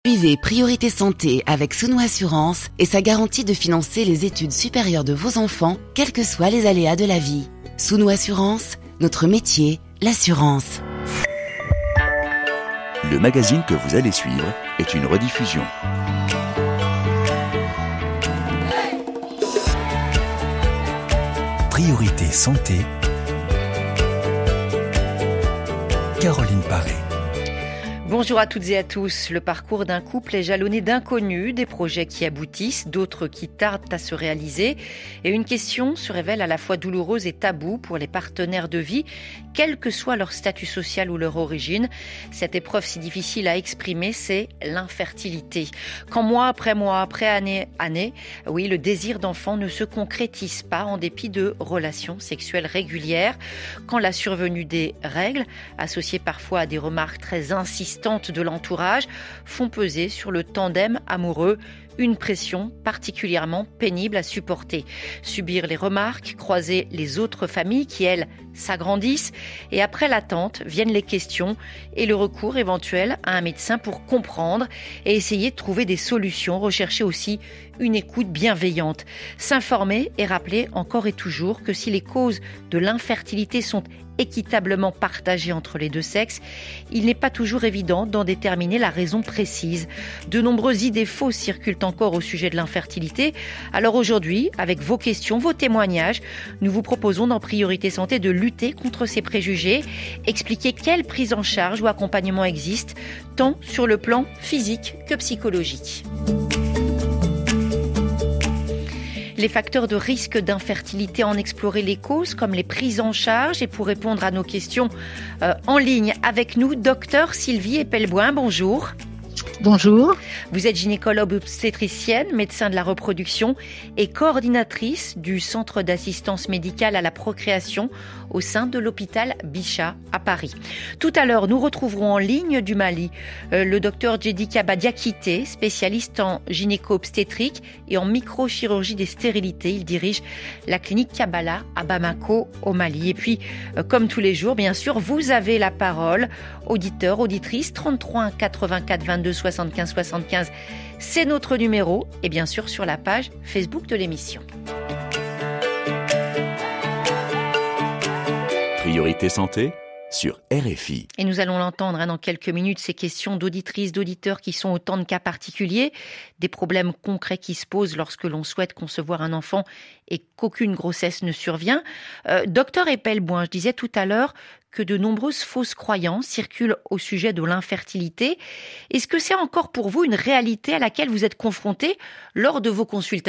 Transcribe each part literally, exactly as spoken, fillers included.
Suivez Priorité Santé avec Souno Assurance et sa garantie de financer les études supérieures de vos enfants, quels que soient les aléas de la vie. Souno Assurance, notre métier, l'assurance. Le magazine que vous allez suivre est une rediffusion. Priorité Santé, Caroline Paré. Bonjour à toutes et à tous. Le parcours d'un couple est jalonné d'inconnus, des projets qui aboutissent, d'autres qui tardent à se réaliser. Et une question se révèle à la fois douloureuse et taboue pour les partenaires de vie, quel que soit leur statut social ou leur origine. Cette épreuve si difficile à exprimer, c'est l'infertilité. Quand mois après mois, après année, année, oui, le désir d'enfant ne se concrétise pas en dépit de relations sexuelles régulières. Quand la survenue des règles, associées parfois à des remarques très insistantes de l'entourage, font peser sur le tandem amoureux une pression particulièrement pénible à supporter. Subir les remarques, croiser les autres familles qui, elles, s'agrandissent, et après l'attente viennent les questions et le recours éventuel à un médecin pour comprendre et essayer de trouver des solutions, rechercher aussi une écoute bienveillante. S'informer et rappeler encore et toujours que si les causes de l'infertilité sont équitablement partagées entre les deux sexes, il n'est pas toujours évident d'en déterminer la raison précise. De nombreuses idées fausses circulent encore au sujet de l'infertilité. Alors aujourd'hui, avec vos questions, vos témoignages, nous vous proposons dans Priorité Santé de lutter contre ces préjugés, expliquer quelle prise en charge ou accompagnement existe, tant sur le plan physique que psychologique. Les facteurs de risque d'infertilité, en explorer les causes comme les prises en charge. Et pour répondre à nos questions euh, en ligne avec nous, docteur Sylvie Epelboin, bonjour. Bonjour. Vous êtes gynécologue obstétricienne, médecin de la reproduction et coordinatrice du Centre d'assistance médicale à la procréation au sein de l'hôpital Bichat à Paris. Tout à l'heure, nous retrouverons en ligne du Mali euh, le docteur Djedi Kaba Diakité, spécialiste en gynéco-obstétrique et en microchirurgie des stérilités. Il dirige la clinique Kabbalah à Bamako au Mali. Et puis, euh, comme tous les jours, bien sûr, vous avez la parole, auditeurs, auditrices, trente-trois un quatre-vingt-quatre vingt-deux soixante-quinze soixante-quinze, c'est notre numéro, et bien sûr sur la page Facebook de l'émission. Priorité Santé sur R F I. Et nous allons l'entendre hein, dans quelques minutes, ces questions d'auditrices, d'auditeurs qui sont autant de cas particuliers, des problèmes concrets qui se posent lorsque l'on souhaite concevoir un enfant et qu'aucune grossesse ne survient. Euh, docteur Epelboin, je disais tout à l'heure que de nombreuses fausses croyances circulent au sujet de l'infertilité. Est-ce que c'est encore pour vous une réalité à laquelle vous êtes confronté lors de vos consultations ?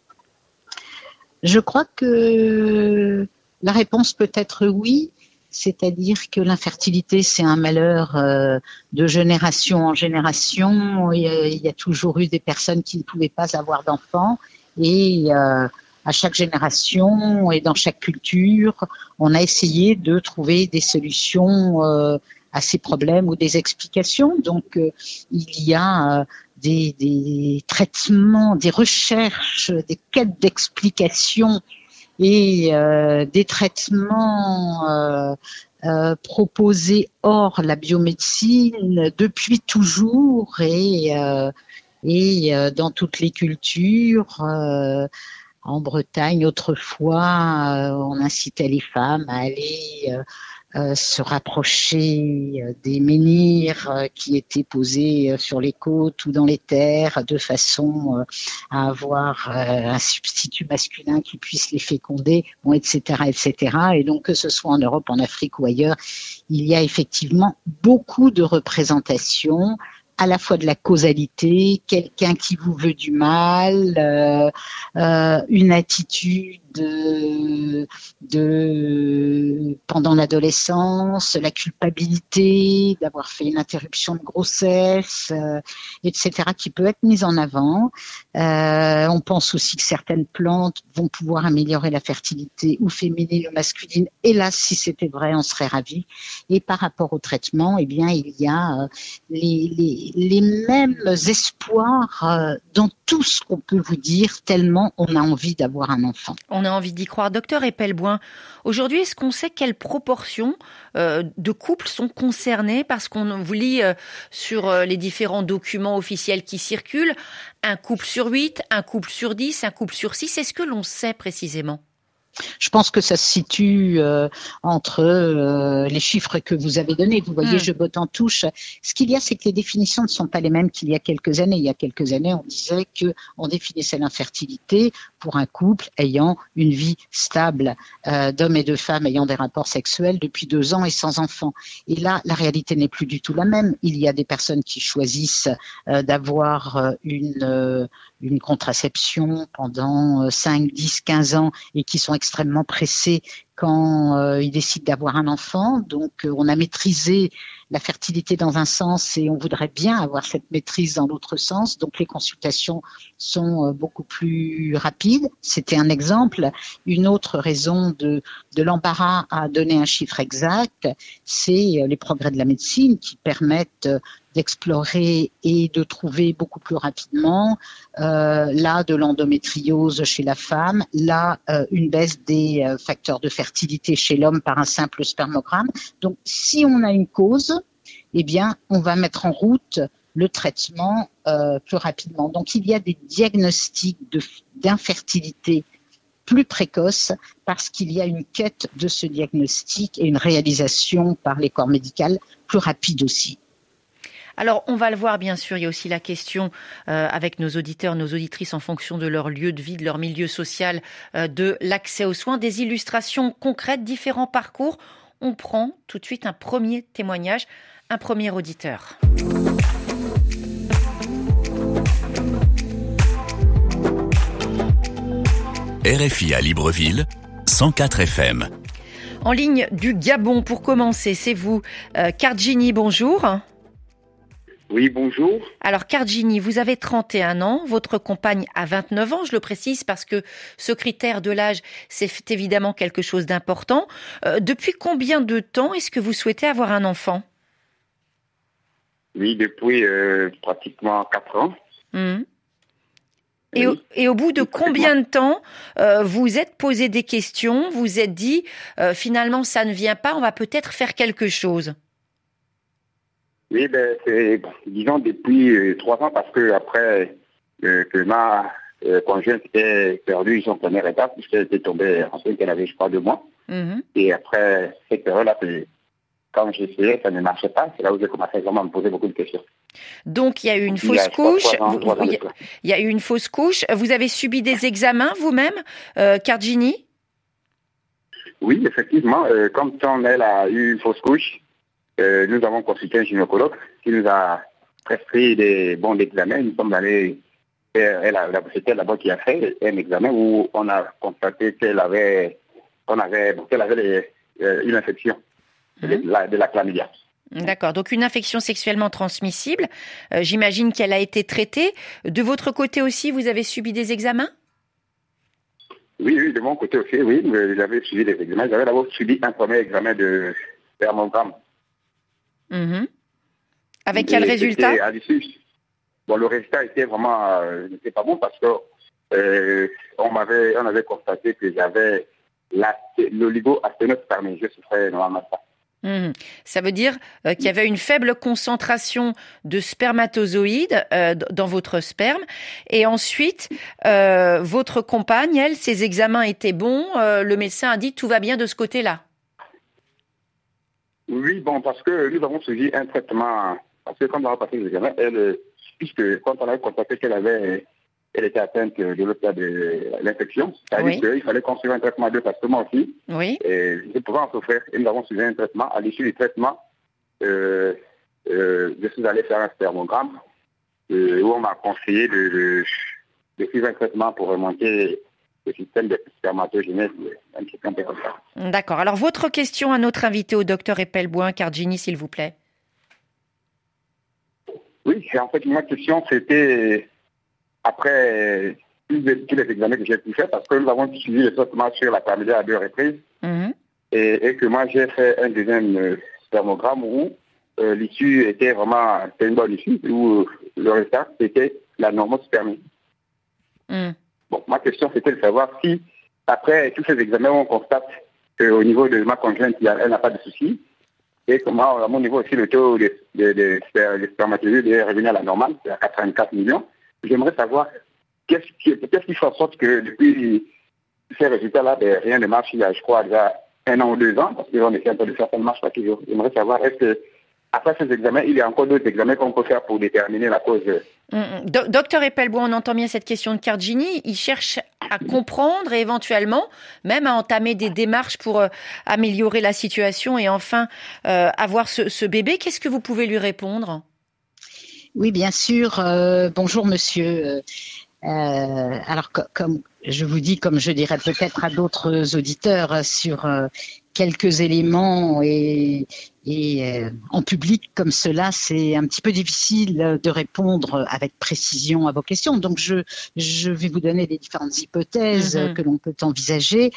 Je crois que la réponse peut être oui, c'est-à-dire que l'infertilité, c'est un malheur euh, de génération en génération. Il y, a, il y a toujours eu des personnes qui ne pouvaient pas avoir d'enfants et euh, à chaque génération et dans chaque culture, on a essayé de trouver des solutions euh, à ces problèmes ou des explications. Donc, euh, il y a euh, des, des traitements, des recherches, des quêtes d'explication et euh, des traitements euh, euh, proposés hors la biomédecine depuis toujours et, euh, et euh, dans toutes les cultures. Euh, En Bretagne, autrefois, euh, on incitait les femmes à aller euh, euh, se rapprocher euh, des menhirs euh, qui étaient posés euh, sur les côtes ou dans les terres, de façon euh, à avoir euh, un substitut masculin qui puisse les féconder, bon, et cetera, et cetera. Et donc, que ce soit en Europe, en Afrique ou ailleurs, il y a effectivement beaucoup de représentations, à la fois de la causalité, quelqu'un qui vous veut du mal, euh, euh, une attitude de, de pendant l'adolescence, la culpabilité d'avoir fait une interruption de grossesse, euh, et cetera, qui peut être mise en avant. Euh, on pense aussi que certaines plantes vont pouvoir améliorer la fertilité ou féminine ou masculine. Et là, si c'était vrai, on serait ravis. Et par rapport au traitement, eh bien, il y a euh, les, les les, les mêmes espoirs euh, dans tout ce qu'on peut vous dire, tellement on a envie d'avoir un enfant. On a envie d'y croire. Docteur Epelboin, aujourd'hui, est-ce qu'on sait quelle proportion euh, de couples sont concernés? Parce qu'on vous lit euh, sur euh, les différents documents officiels qui circulent, un couple sur huit, un couple sur dix, un couple sur six. Est-ce que l'on sait précisément? Je pense que ça se situe euh, entre euh, les chiffres que vous avez donnés. Vous voyez, mmh. je botte en touche. Ce qu'il y a, c'est que les définitions ne sont pas les mêmes qu'il y a quelques années. Il y a quelques années, on disait que on définissait l'infertilité pour un couple ayant une vie stable euh, d'hommes et de femmes ayant des rapports sexuels depuis deux ans et sans enfants. Et là, la réalité n'est plus du tout la même. Il y a des personnes qui choisissent euh, d'avoir euh, une euh, une contraception pendant cinq, dix, quinze ans et qui sont extrêmement pressés quand euh, ils décident d'avoir un enfant. Donc, euh, on a maîtrisé la fertilité dans un sens et on voudrait bien avoir cette maîtrise dans l'autre sens. Donc, les consultations sont euh, beaucoup plus rapides. C'était un exemple. Une autre raison de, de l'embarras à donner un chiffre exact, c'est les progrès de la médecine qui permettent d'explorer et de trouver beaucoup plus rapidement euh, là de l'endométriose chez la femme, là euh, une baisse des euh, facteurs de fertilité chez l'homme par un simple spermogramme. Donc si on a une cause, eh bien on va mettre en route le traitement euh, plus rapidement. Donc il y a des diagnostics de, d'infertilité plus précoces parce qu'il y a une quête de ce diagnostic et une réalisation par les corps médicaux plus rapide aussi. Alors, on va le voir, bien sûr. Il y a aussi la question euh, avec nos auditeurs, nos auditrices, en fonction de leur lieu de vie, de leur milieu social, euh, de l'accès aux soins, des illustrations concrètes, différents parcours. On prend tout de suite un premier témoignage, un premier auditeur. R F I à Libreville, cent quatre F M. En ligne du Gabon, pour commencer, c'est vous, euh, Kardjini, bonjour. Oui, bonjour. Alors, Kardjini, vous avez trente et un ans, votre compagne a vingt-neuf ans, je le précise parce que ce critère de l'âge, c'est évidemment quelque chose d'important. Euh, depuis combien de temps est-ce que vous souhaitez avoir un enfant ? Oui, depuis euh, pratiquement quatre ans. Mmh. Et, oui. au, et au bout de combien de temps euh, vous êtes posé des questions, vous êtes dit, euh, finalement, ça ne vient pas, on va peut-être faire quelque chose ? Oui, ben, c'est, disons, depuis euh, trois ans, parce que après euh, que ma euh, conjointe ait perdu son première étape, puisqu'elle était tombée enceinte, qu'elle avait, je crois, deux mois. Mm-hmm. Et après cette période-là, quand j'essayais, ça ne marchait pas. C'est là où j'ai commencé vraiment à me poser beaucoup de questions. Donc, il y a eu une fausse il couche. Ans, vous, vous, il, y a, il y a eu une fausse couche. Vous avez subi des examens vous-même, euh, Kardjini ? Oui, effectivement. Euh, comme quand elle a eu une fausse couche, Euh, nous avons consulté un gynécologue qui nous a prescrit des bons d'examen. Nous sommes allés faire, elle a, c'était là-bas qui a fait un examen où on a constaté qu'elle avait, qu'on avait, qu'elle avait les, euh, une infection mmh. de, la, de la chlamydia. D'accord, donc une infection sexuellement transmissible. Euh, j'imagine qu'elle a été traitée. De votre côté aussi, vous avez subi des examens ? Oui, oui, de mon côté aussi, oui. J'avais subi des examens. J'avais d'abord subi un premier examen de spermogramme. Mmh. Avec quel et résultat ? À l'issue, bon, le résultat était vraiment euh, n'était pas bon parce que euh, on m'avait on avait constaté que j'avais l'oligo-asténospermie. Je souffrais normalement ça. Mmh. Ça veut dire euh, qu'il y avait une faible concentration de spermatozoïdes euh, dans votre sperme. Et ensuite, euh, votre compagne, elle, ses examens étaient bons. Euh, le médecin a dit tout va bien de ce côté-là. Oui, bon, parce que nous avons suivi un traitement, parce que quand on a passé l'examen, elle, puisque quand on avait constaté qu'elle avait, elle était atteinte de l'autre de l'infection, c'est-à-dire oui. qu'il fallait qu'on suive un traitement de parce que moi aussi, oui. et je pouvais en souffrir, et nous avons suivi un traitement. À l'issue du traitement, euh, euh, je suis allé faire un spermogramme, euh, où on m'a conseillé de, de, de suivre un traitement pour remonter le système de spermatogénèse, un petit peu comme ça. D'accord. Alors, votre question à notre invité, au docteur Epelboin, Kardjini, s'il vous plaît. Oui, en fait, ma question, c'était après tous les, tous les examens que j'ai pu faire, parce que nous avons suivi le traitement sur la chlamydia à deux reprises, mmh. et, et que moi, j'ai fait un deuxième spermogramme où euh, l'issue était vraiment c'était une bonne issue ou le résultat c'était la normospermie. Mm. Bon, ma question c'était de savoir si après tous ces examens on constate qu'au niveau de ma conjointe elle n'a pas de soucis et comment à mon niveau aussi le taux des de, de, de, de spermatozoïdes est revenu à la normale, c'est à quatre-vingt-quatre millions. J'aimerais savoir qu'est-ce qui, qu'est-ce qui fait en sorte que depuis ces résultats-là, ben, rien ne marche il y a, je crois, déjà un an ou deux ans, parce qu'on essaie un peu de faire ça ne marche pas toujours. J'aimerais savoir, est-ce que après ces examens, il y a encore d'autres examens qu'on peut faire pour déterminer la cause. Mmh. Do- Docteur Epelbois, on entend bien cette question de Cardini. Il cherche à comprendre et éventuellement même à entamer des démarches pour euh, améliorer la situation et enfin euh, avoir ce, ce bébé. Qu'est-ce que vous pouvez lui répondre ? Oui, bien sûr. Euh, bonjour, monsieur. Euh, alors, co- comme je vous dis, comme je dirais peut-être à d'autres auditeurs, sur euh, quelques éléments et, et euh, en public comme cela, c'est un petit peu difficile de répondre avec précision à vos questions. Donc, je, je vais vous donner les différentes hypothèses mm-hmm. que l'on peut envisager.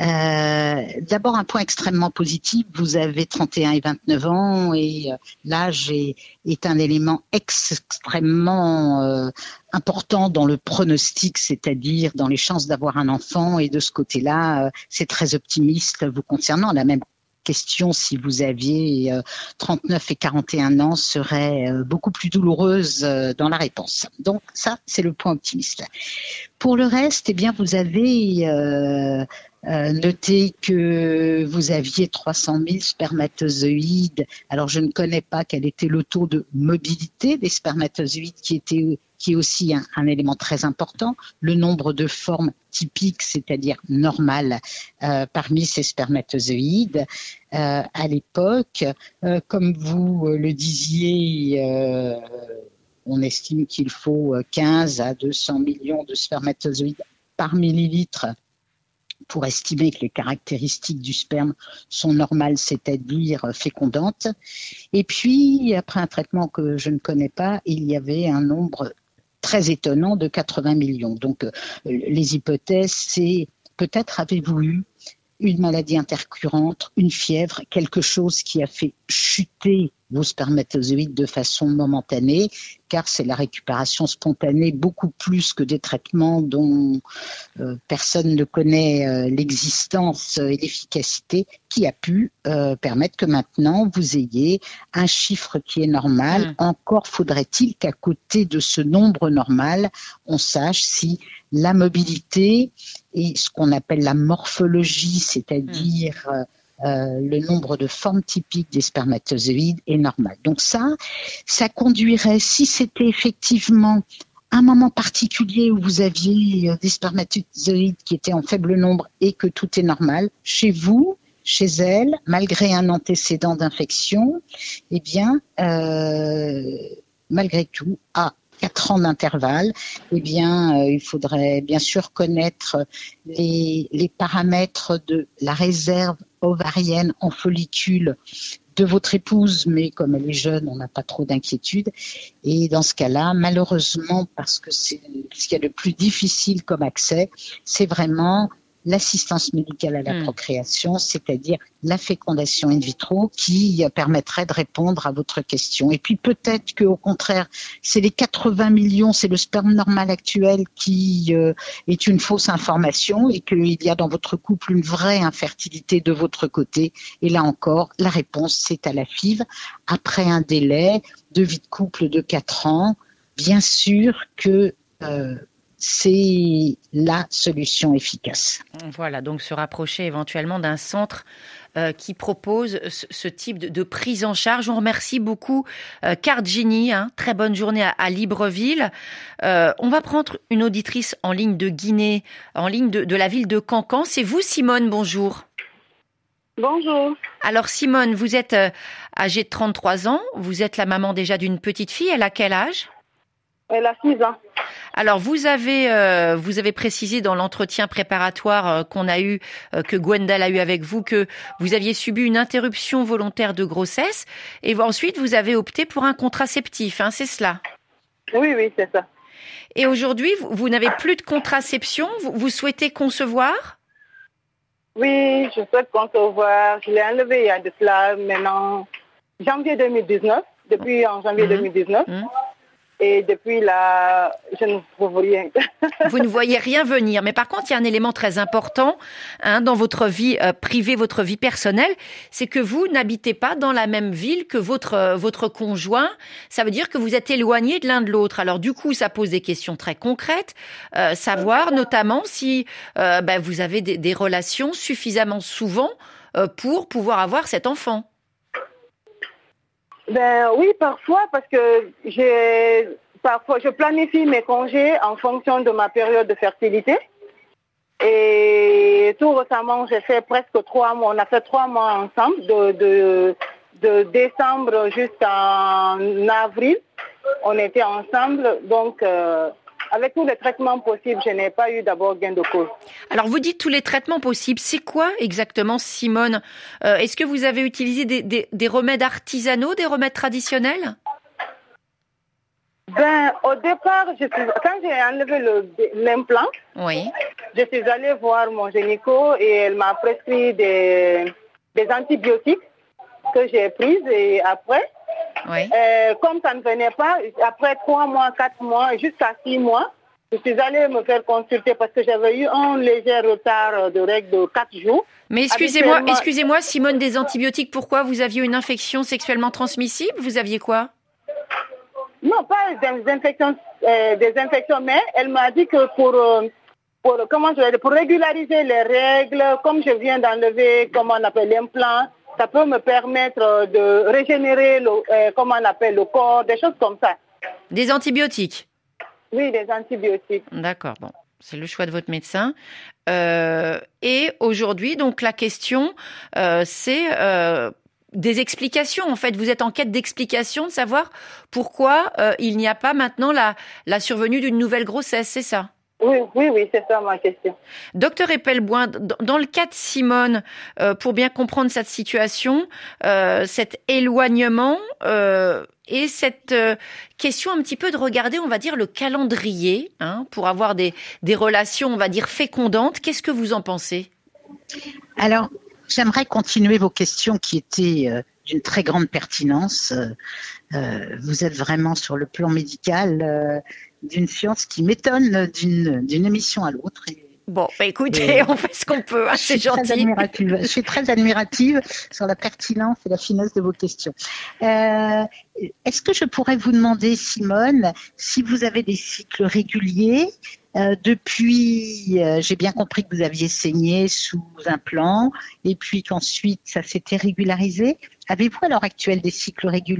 Mm-hmm. Euh, d'abord, un point extrêmement positif. Vous avez trente et un et vingt-neuf ans et euh, l'âge est, est un élément extrêmement euh, important dans le pronostic, c'est-à-dire dans les chances d'avoir un enfant. Et de ce côté-là, euh, c'est très optimiste vous concernant. La même question, si vous aviez euh, trente-neuf et quarante et un ans, serait euh, beaucoup plus douloureuse euh, dans la réponse. Donc ça, c'est le point optimiste. Pour le reste, eh bien, vous avez euh, euh, noté que vous aviez trois cent mille spermatozoïdes. Alors, je ne connais pas quel était le taux de mobilité des spermatozoïdes qui était qui est aussi un, un élément très important, le nombre de formes typiques, c'est-à-dire normales, euh, parmi ces spermatozoïdes. Euh, à l'époque, euh, comme vous le disiez, euh, on estime qu'il faut quinze à deux cents millions de spermatozoïdes par millilitre pour estimer que les caractéristiques du sperme sont normales, c'est-à-dire fécondantes. Et puis, après un traitement que je ne connais pas, il y avait un nombre très étonnant de quatre-vingts millions. Donc, euh, les hypothèses, c'est peut-être avez-vous eu une maladie intercurrente, une fièvre, quelque chose qui a fait chuter vos spermatozoïdes de façon momentanée, car c'est la récupération spontanée beaucoup plus que des traitements dont euh, personne ne connaît euh, l'existence et l'efficacité, qui a pu euh, permettre que maintenant vous ayez un chiffre qui est normal. Mmh. Encore faudrait-il qu'à côté de ce nombre normal, on sache si la mobilité et ce qu'on appelle la morphologie, c'est-à-dire mmh. Euh, le nombre de formes typiques des spermatozoïdes est normal. Donc ça, ça conduirait, si c'était effectivement un moment particulier où vous aviez des spermatozoïdes qui étaient en faible nombre et que tout est normal, chez vous, chez elle, malgré un antécédent d'infection, eh bien, euh, malgré tout, à quatre ans d'intervalle, eh bien, euh, il faudrait bien sûr connaître les, les paramètres de la réserve ovarienne en follicule de votre épouse, mais comme elle est jeune, on n'a pas trop d'inquiétude. Et dans ce cas-là, malheureusement, parce que c'est ce qu'il y a de plus difficile comme accès, c'est vraiment l'assistance médicale à la mmh. procréation, c'est-à-dire la fécondation in vitro qui permettrait de répondre à votre question. Et puis peut-être qu'au contraire, c'est les quatre-vingts millions, c'est le sperme normal actuel qui euh, est une fausse information et qu'il y a dans votre couple une vraie infertilité de votre côté. Et là encore, la réponse, c'est à la F I V. Après un délai de vie de couple de quatre ans, bien sûr que euh, c'est la solution efficace. Voilà, donc se rapprocher éventuellement d'un centre euh, qui propose ce, ce type de, de prise en charge. On remercie beaucoup euh, Cardini, hein, très bonne journée à, à Libreville. Euh, on va prendre une auditrice en ligne de Guinée, en ligne de, de la ville de Cancan. C'est vous, Simone, bonjour. Bonjour. Alors Simone, vous êtes euh, âgée de trente-trois ans, vous êtes la maman déjà d'une petite fille, elle a quel âge ? Elle a six ans. Alors vous avez euh, vous avez précisé dans l'entretien préparatoire euh, qu'on a eu euh, que Gwendal a eu avec vous que vous aviez subi une interruption volontaire de grossesse et ensuite vous avez opté pour un contraceptif, hein, c'est cela ? Oui oui, c'est ça. Et aujourd'hui, vous, vous n'avez plus de contraception, vous, vous souhaitez concevoir ? Oui, je souhaite concevoir, je l'ai enlevé il y a de cela maintenant janvier deux mille dix-neuf, depuis en janvier mmh. deux mille dix-neuf. Mmh. Et depuis là, je ne vois rien. Vous ne voyez rien venir. Mais par contre, il y a un élément très important hein, dans votre vie euh, privée, votre vie personnelle, c'est que vous n'habitez pas dans la même ville que votre euh, votre conjoint. Ça veut dire que vous êtes éloignés de l'un de l'autre. Alors du coup, ça pose des questions très concrètes. Euh, savoir notamment si euh, ben, vous avez des, des relations suffisamment souvent euh, pour pouvoir avoir cet enfant. Ben oui, parfois, parce que j'ai parfois je planifie mes congés en fonction de ma période de fertilité. Et tout récemment, j'ai fait presque trois mois. On a fait trois mois ensemble, de, de, de décembre jusqu'en avril. On était ensemble, donc euh, avec tous les traitements possibles, je n'ai pas eu d'abord gain de cause. Alors, vous dites tous les traitements possibles. C'est quoi exactement, Simone ? euh, Est-ce que vous avez utilisé des, des, des remèdes artisanaux, des remèdes traditionnels ? Ben, au départ, je suis, quand j'ai enlevé le, l'implant, oui. je suis allée voir mon gynéco et elle m'a prescrit des, des antibiotiques que j'ai prises et après, oui. euh, comme ça ne venait pas, après trois mois, quatre mois, jusqu'à six mois, je suis allée me faire consulter parce que j'avais eu un léger retard de règles de quatre jours. Mais excusez-moi, excusez-moi, Simone, des antibiotiques, pourquoi ? Vous aviez une infection sexuellement transmissible ? Vous aviez quoi ? Non, pas des infections, euh, des infections, mais elle m'a dit que pour, euh, pour, comment je vais dire, pour régulariser les règles, comme je viens d'enlever, comment on appelle, l'implant, ça peut me permettre de régénérer, le, euh, comment on appelle, le corps, des choses comme ça. Des antibiotiques ? Oui, des antibiotiques. D'accord, bon, c'est le choix de votre médecin. Euh, et aujourd'hui, donc, la question, euh, c'est euh, des explications. En fait, vous êtes en quête d'explications, de savoir pourquoi euh, il n'y a pas maintenant la, la survenue d'une nouvelle grossesse, c'est ça ? Oui, oui, oui, c'est ça ma question. Docteur Epelboin, dans le cas de Simone, euh, pour bien comprendre cette situation, euh, cet éloignement euh, et cette euh, question un petit peu de regarder, on va dire, le calendrier hein, pour avoir des, des relations, on va dire, fécondantes, qu'est-ce que vous en pensez ? Alors, j'aimerais continuer vos questions qui étaient euh, d'une très grande pertinence. Euh, euh, vous êtes vraiment sur le plan médical euh, d'une science qui m'étonne d'une, d'une émission à l'autre. Et, bon, bah écoutez, et on fait ce qu'on peut, hein, c'est gentil. Je suis très admirative sur la pertinence et la finesse de vos questions. Euh, est-ce que je pourrais vous demander, Simone, si vous avez des cycles réguliers euh, depuis, euh, j'ai bien compris que vous aviez saigné sous implant et puis qu'ensuite ça s'était régularisé. Avez-vous à l'heure actuelle des cycles réguliers ?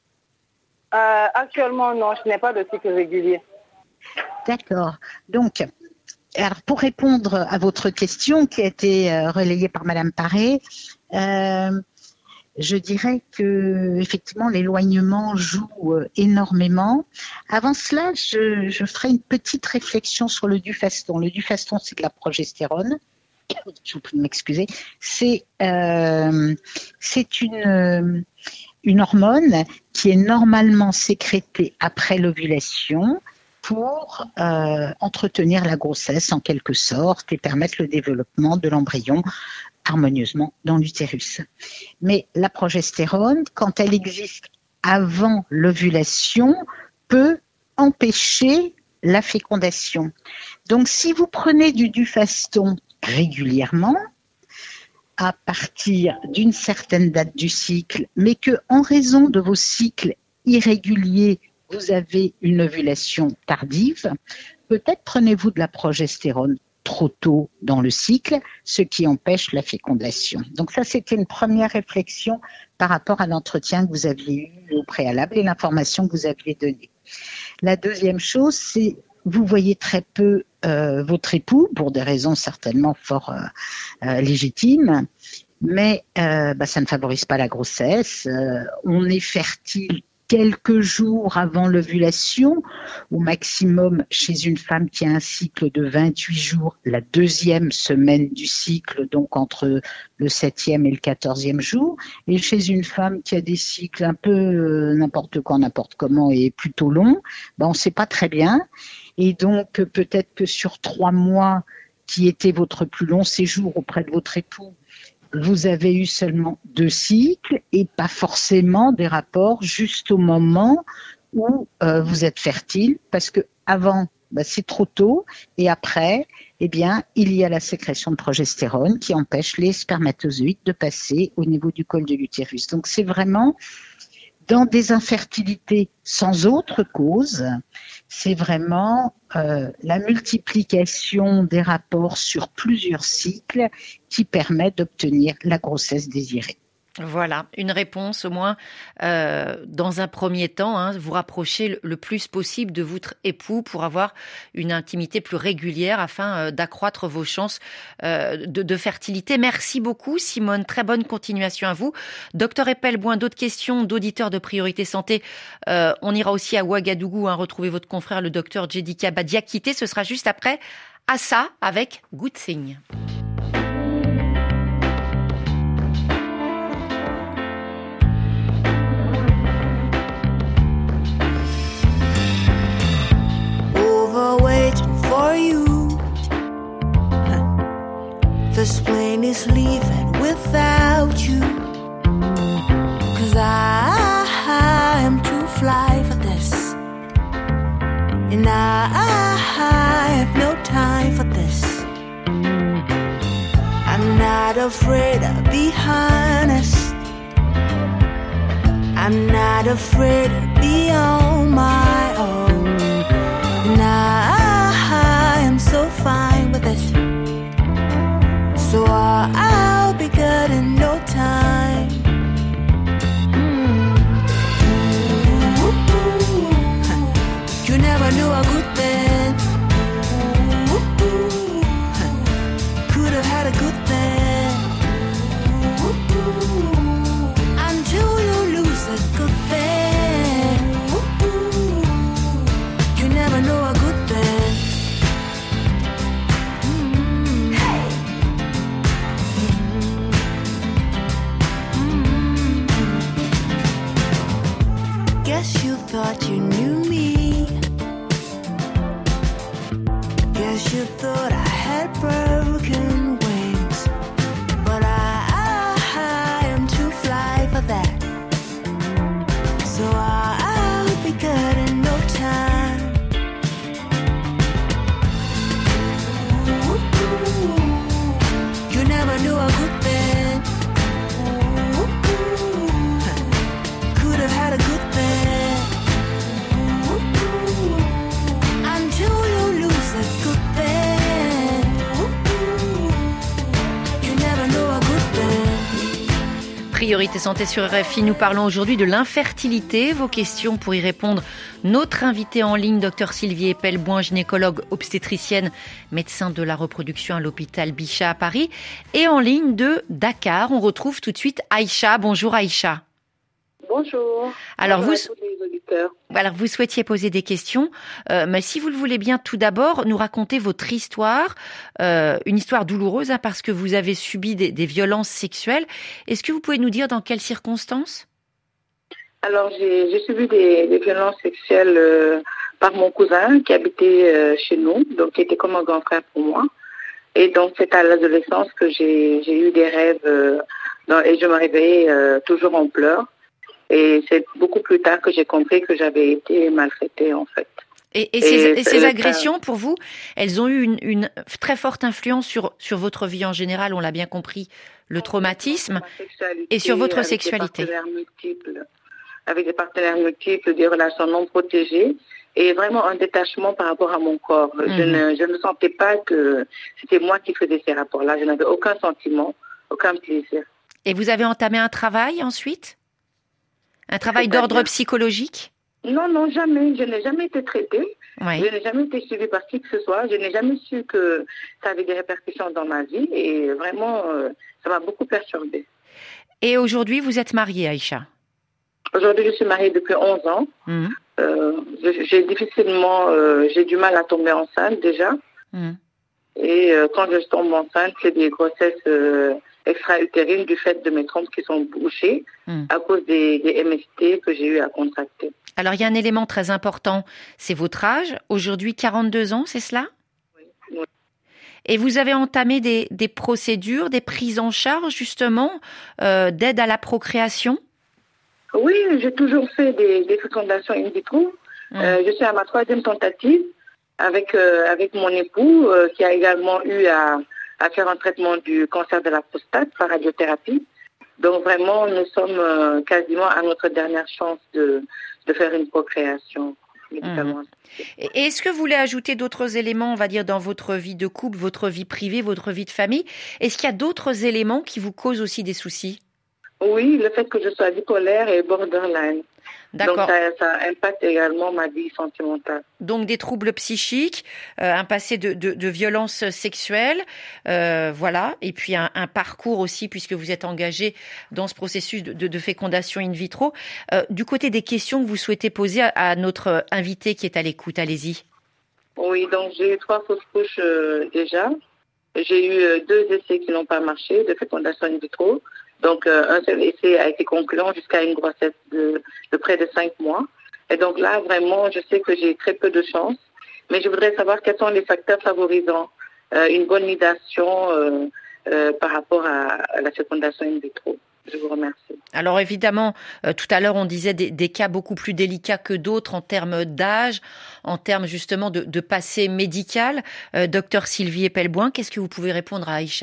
Euh, actuellement, non, je n'ai pas de cycle régulier. D'accord. Donc, alors pour répondre à votre question qui a été euh, relayée par Madame Paré, euh, je dirais que effectivement l'éloignement joue euh, énormément. Avant cela, je, je ferai une petite réflexion sur le Dufaston. Le Dufaston, c'est de la progestérone. Je vous prie de m'excuser. C'est euh, c'est une euh, une hormone qui est normalement sécrétée après l'ovulation pour euh, entretenir la grossesse en quelque sorte et permettre le développement de l'embryon harmonieusement dans l'utérus. Mais la progestérone, quand elle existe avant l'ovulation, peut empêcher la fécondation. Donc si vous prenez du Dufaston régulièrement, à partir d'une certaine date du cycle, mais que en raison de vos cycles irréguliers, vous avez une ovulation tardive, peut-être prenez-vous de la progestérone trop tôt dans le cycle, ce qui empêche la fécondation. Donc ça, c'était une première réflexion par rapport à l'entretien que vous aviez eu au préalable et l'information que vous aviez donnée. La deuxième chose, c'est vous voyez très peu euh, votre époux, pour des raisons certainement fort euh, euh, légitimes, mais euh, bah, ça ne favorise pas la grossesse. Euh, on est fertile quelques jours avant l'ovulation, au maximum chez une femme qui a un cycle de vingt-huit jours, la deuxième semaine du cycle, donc entre le septième et le quatorzième jour, et chez une femme qui a des cycles un peu euh, n'importe quand, n'importe comment et plutôt longs, ben on ne sait pas très bien. Et donc peut-être que sur trois mois, qui était votre plus long séjour auprès de votre époux, vous avez eu seulement deux cycles et pas forcément des rapports juste au moment où euh, vous êtes fertile, parce que avant, bah, c'est trop tôt, et après, eh bien, il y a la sécrétion de progestérone qui empêche les spermatozoïdes de passer au niveau du col de l'utérus. Donc, c'est vraiment dans des infertilités sans autre cause, c'est vraiment euh, la multiplication des rapports sur plusieurs cycles qui permet d'obtenir la grossesse désirée. Voilà, une réponse au moins euh, dans un premier temps, hein, vous rapprocher le, le plus possible de votre époux pour avoir une intimité plus régulière afin euh, d'accroître vos chances euh, de, de fertilité. Merci beaucoup Simone, très bonne continuation à vous. Docteur Epelboin, d'autres questions d'auditeurs de Priorité Santé, euh, on ira aussi à Ouagadougou, hein, retrouver votre confrère le docteur Djedika Badiakité, ce sera juste après Assa avec Good Thing. For you, this plane is leaving without you. Cause I, I am too fly for this, and I, I have no time for this. I'm not afraid to be honest, I'm not afraid to be on my own, and I I'm so fine with it, so I'll, I'll be good in no time. Mm. You never knew a good thing, could have had a good thing, until you lose a good thing. You never know a good thing. Thought you knew me, guess you thought I had broken wings, but I, I, I am too fly for that, so I, I'll be good in no time. You never knew a good thing, could have had a good thing. Priorité Santé sur R F I, nous parlons aujourd'hui de l'infertilité. Vos questions pour y répondre, notre invitée en ligne, docteur Sylvie Epelboin, gynécologue obstétricienne, médecin de la reproduction à l'hôpital Bichat à Paris, et en ligne de Dakar. On retrouve tout de suite Aïcha. Bonjour Aïcha. Bonjour. Alors Bonjour vous, à tous les auditeurs. Alors vous souhaitiez poser des questions, euh, mais si vous le voulez bien, tout d'abord, nous raconter votre histoire, euh, une histoire douloureuse, hein, parce que vous avez subi des, des violences sexuelles. Est-ce que vous pouvez nous dire dans quelles circonstances ? Alors j'ai, j'ai subi des, des violences sexuelles euh, par mon cousin qui habitait euh, chez nous, donc qui était comme un grand frère pour moi. Et donc c'est à l'adolescence que j'ai, j'ai eu des rêves euh, dans, et je me réveillais euh, toujours en pleurs. Et c'est beaucoup plus tard que j'ai compris que j'avais été maltraitée, en fait. Et, et, et ces, et ces agressions, pour vous, elles ont eu une, une très forte influence sur, sur votre vie en général, on l'a bien compris, le traumatisme, et sur votre sexualité. Avec des partenaires multiples, avec des partenaires multiples, des relations non protégées, et vraiment un détachement par rapport à mon corps. Mmh. Je ne, je ne sentais pas que c'était moi qui faisais ces rapports-là. Je n'avais aucun sentiment, aucun plaisir. Et vous avez entamé un travail ensuite ? Un travail d'ordre psychologique ? Non, non, jamais. Je n'ai jamais été traitée. Oui. Je n'ai jamais été suivie par qui que ce soit. Je n'ai jamais su que ça avait des répercussions dans ma vie. Et vraiment, euh, ça m'a beaucoup perturbée. Et aujourd'hui, vous êtes mariée, Aïcha ? Aujourd'hui, je suis mariée depuis onze ans. Mmh. Euh, j'ai difficilement, euh, j'ai du mal à tomber enceinte déjà. Mmh. Et euh, quand je tombe enceinte, c'est des grossesses euh, extra-utérines du fait de mes trompes qui sont bouchées mmh. à cause des, des M S T que j'ai eu à contracter. Alors, il y a un élément très important, c'est votre âge. Aujourd'hui, quarante-deux ans, c'est cela ? Oui. Oui. Et vous avez entamé des, des procédures, des prises en charge justement euh, d'aide à la procréation? Oui, j'ai toujours fait des, des fécondations in vitro. Mmh. Euh, je suis à ma troisième tentative avec euh, avec mon époux euh, qui a également eu à, à faire un traitement du cancer de la prostate par radiothérapie. Donc vraiment, nous sommes euh, quasiment à notre dernière chance de, de faire une procréation. Mmh. Et est-ce que vous voulez ajouter d'autres éléments, on va dire, dans votre vie de couple, votre vie privée, votre vie de famille? Est-ce qu'il y a d'autres éléments qui vous causent aussi des soucis? Oui, le fait que je sois bipolaire et borderline. D'accord. Donc ça, ça impacte également ma vie sentimentale. Donc des troubles psychiques, euh, un passé de, de, de violences sexuelles, euh, voilà, et puis un, un parcours aussi puisque vous êtes engagé dans ce processus de, de, de fécondation in vitro. Euh, du côté des questions que vous souhaitez poser à, à notre invité qui est à l'écoute, allez-y. Oui, donc j'ai eu trois fausses couches euh, déjà. J'ai eu euh, deux essais qui n'ont pas marché de fécondation in vitro. Donc, euh, un seul essai a été concluant jusqu'à une grossesse de, de près de cinq mois. Et donc là, vraiment, je sais que j'ai très peu de chance. Mais je voudrais savoir quels sont les facteurs favorisant euh, une bonne nidation euh, euh, par rapport à, à la fécondation in vitro. Je vous remercie. Alors évidemment, euh, tout à l'heure, on disait des, des cas beaucoup plus délicats que d'autres en termes d'âge, en termes justement de, de passé médical. Euh, docteur Sylvie Epelboin, qu'est-ce que vous pouvez répondre à Aïcha ?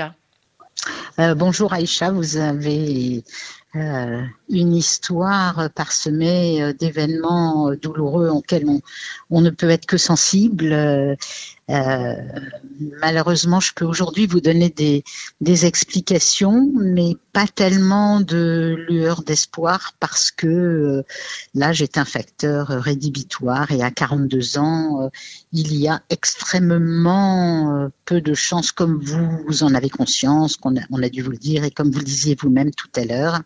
Euh, bonjour Aïcha, vous avez euh, une histoire parsemée euh, d'événements douloureux auxquels on, on ne peut être que sensible. Euh, euh, malheureusement, je peux aujourd'hui vous donner des, des explications, mais pas tellement de lueur d'espoir parce que euh, l'âge est un facteur rédhibitoire et à quarante-deux ans, euh, il y a extrêmement euh, peu de chances, comme vous, vous en avez conscience, qu'on a, on a dû vous le dire et comme vous le disiez vous-même tout à l'heure.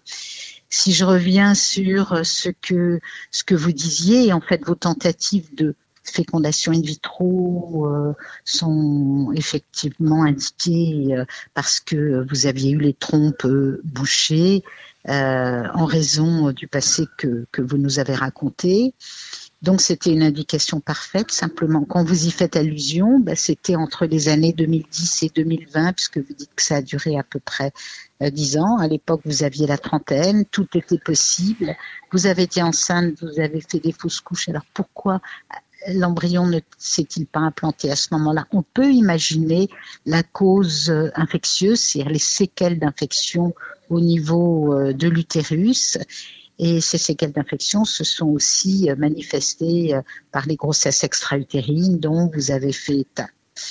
Si je reviens sur ce que, ce que vous disiez, en fait, vos tentatives de fécondation in vitro euh, sont effectivement indiquées euh, parce que vous aviez eu les trompes euh, bouchées euh, en raison du passé que, que vous nous avez raconté. Donc c'était une indication parfaite. Simplement, quand vous y faites allusion, bah, c'était entre les années deux mille dix et deux mille vingt, puisque vous dites que ça a duré à peu près euh, dix ans. À l'époque, vous aviez la trentaine, tout était possible. Vous avez été enceinte, vous avez fait des fausses couches. Alors pourquoi l'embryon ne s'est-il pas implanté à ce moment-là? On peut imaginer la cause infectieuse, c'est-à-dire les séquelles d'infection au niveau de l'utérus. Et ces séquelles d'infection se sont aussi manifestées par les grossesses extra-utérines dont vous avez fait état.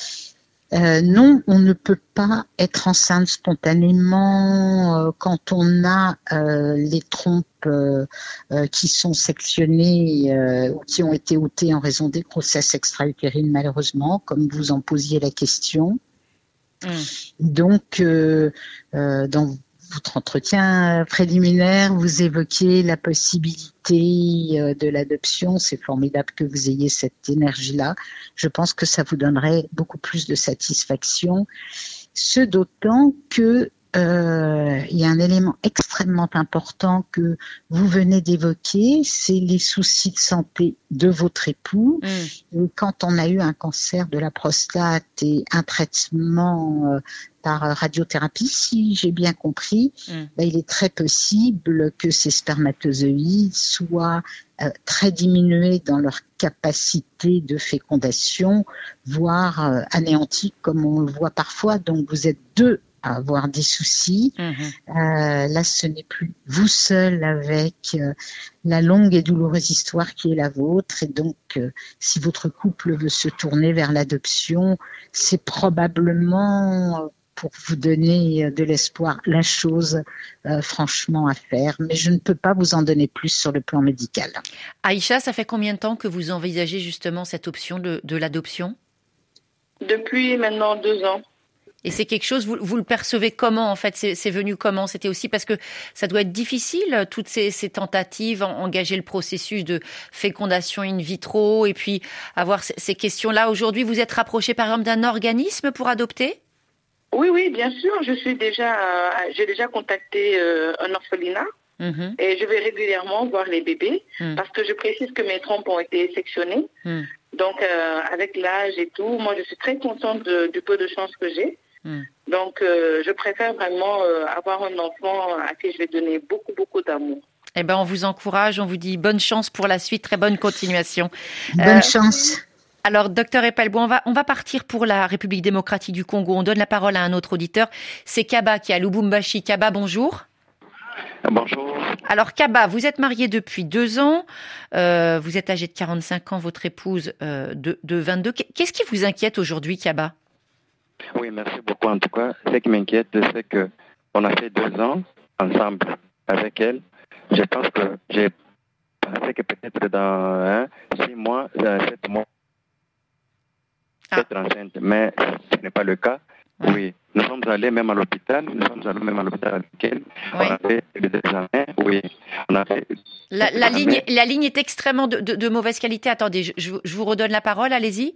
Euh, non, on ne peut pas être enceinte spontanément euh, quand on a euh, les trompes euh, euh, qui sont sectionnées euh, ou qui ont été ôtées en raison des grossesses extra-utérines, malheureusement, comme vous en posiez la question. Mmh. Donc, euh, euh, dans votre entretien préliminaire, vous évoquiez la possibilité de l'adoption. C'est formidable que vous ayez cette énergie-là. Je pense que ça vous donnerait beaucoup plus de satisfaction. Ce d'autant que euh, il y a un élément extrêmement important que vous venez d'évoquer, c'est les soucis de santé de votre époux. Mmh. Et quand on a eu un cancer de la prostate et un traitement euh, par radiothérapie, si j'ai bien compris, mmh. ben, il est très possible que ces spermatozoïdes soient euh, très diminués dans leur capacité de fécondation, voire euh, anéantis comme on le voit parfois. Donc vous êtes deux à avoir des soucis. Mmh. Euh, là, ce n'est plus vous seul avec euh, la longue et douloureuse histoire qui est la vôtre. Et donc, euh, si votre couple veut se tourner vers l'adoption, c'est probablement... Euh, pour vous donner de l'espoir, la chose euh, franchement à faire. Mais je ne peux pas vous en donner plus sur le plan médical. Aïcha, ça fait combien de temps que vous envisagez justement cette option de, de l'adoption? Depuis maintenant deux ans. Et c'est quelque chose, vous, vous le percevez comment en fait? C'est, c'est venu comment? C'était aussi parce que ça doit être difficile, toutes ces, ces tentatives, engager le processus de fécondation in vitro et puis avoir ces, ces questions-là. Aujourd'hui, vous êtes rapproché par exemple d'un organisme pour adopter? Oui, oui, bien sûr. Je suis déjà, euh, j'ai déjà contacté euh, un orphelinat mmh. et je vais régulièrement voir les bébés mmh. parce que je précise que mes trompes ont été sectionnées. Mmh. Donc, euh, avec l'âge et tout, moi, je suis très contente de, du peu de chance que j'ai. Mm. Donc, euh, je préfère vraiment euh, avoir un enfant à qui je vais donner beaucoup, beaucoup d'amour. Eh ben, on vous encourage, on vous dit bonne chance pour la suite, très bonne continuation. Bonne euh, chance. Alors, docteur Epelboin, on va, on va partir pour la République démocratique du Congo. On donne la parole à un autre auditeur. C'est Kaba qui est à Lubumbashi. Kaba, bonjour. Bonjour. Alors, Kaba, vous êtes marié depuis deux ans. Euh, vous êtes âgé de quarante-cinq ans, votre épouse euh, de, de vingt-deux. Qu'est-ce qui vous inquiète aujourd'hui, Kaba? Oui, merci beaucoup. En tout cas, ce qui m'inquiète, c'est qu'on a fait deux ans ensemble avec elle. Je pense que j'ai pensé que peut-être dans hein, six mois, sept mois, ah. être enceinte. Mais ce n'est pas le cas. Ah. Oui, nous sommes allés même à l'hôpital. Nous sommes allés même à l'hôpital avec elle. Oui. On a fait des examens. Oui, on a fait. La, la ligne, la ligne est extrêmement de, de, de mauvaise qualité. Attendez, je, je, je vous redonne la parole. Allez-y.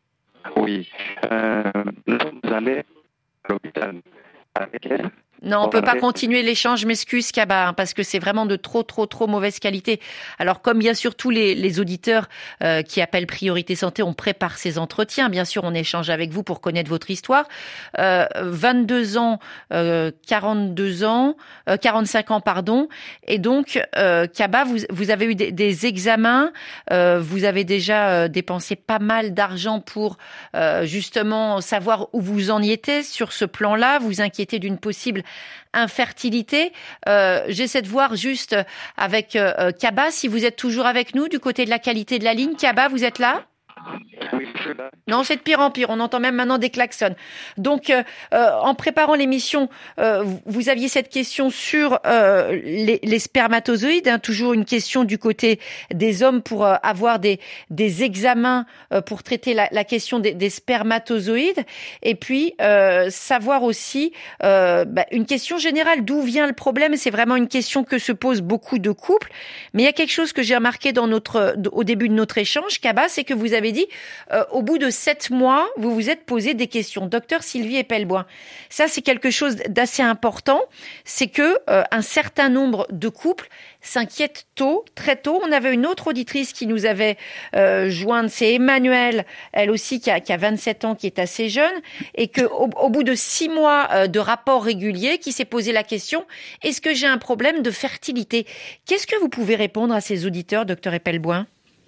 Oui, euh, nous sommes allés à l'hôpital avec elle. Non, on ne peut pas continuer l'échange, je m'excuse, Kaba, parce que c'est vraiment de trop, trop, trop mauvaise qualité. Alors, comme bien sûr tous les, les auditeurs euh, qui appellent Priorité Santé, on prépare ces entretiens. Bien sûr, on échange avec vous pour connaître votre histoire. Euh, vingt-deux ans, euh, quarante-deux ans, euh, quarante-cinq ans, pardon. Et donc, euh, Kaba, vous, vous avez eu des, des examens. Euh, vous avez déjà euh, dépensé pas mal d'argent pour euh, justement savoir où vous en y étiez sur ce plan-là. Vous inquiétez d'une possible infertilité. Euh, j'essaie de voir juste avec euh, Kaba si vous êtes toujours avec nous du côté de la qualité de la ligne. Kaba, vous êtes là? Oui, je suis là. Non, c'est de pire en pire. On entend même maintenant des klaxons. Donc, euh, euh, en préparant l'émission, euh, vous aviez cette question sur euh, les, les spermatozoïdes, hein, toujours une question du côté des hommes pour euh, avoir des, des examens euh, pour traiter la, la question des, des spermatozoïdes. Et puis, euh, savoir aussi euh, bah, une question générale. D'où vient le problème? C'est vraiment une question que se posent beaucoup de couples. Mais il y a quelque chose que j'ai remarqué dans notre, au début de notre échange, Kaba, c'est que vous avez dit Euh, au bout de sept mois, vous vous êtes posé des questions. Docteur Sylvie Epelboin, ça c'est quelque chose d'assez important, c'est que euh, un certain nombre de couples s'inquiètent tôt, très tôt. On avait une autre auditrice qui nous avait euh, jointe, c'est Emmanuelle, elle aussi qui a, qui a vingt-sept ans, qui est assez jeune, et que au, au bout de six mois euh, de rapports réguliers, qui s'est posé la question, est-ce que j'ai un problème de fertilité? Qu'est-ce que vous pouvez répondre à ces auditeurs, docteur Epelboin?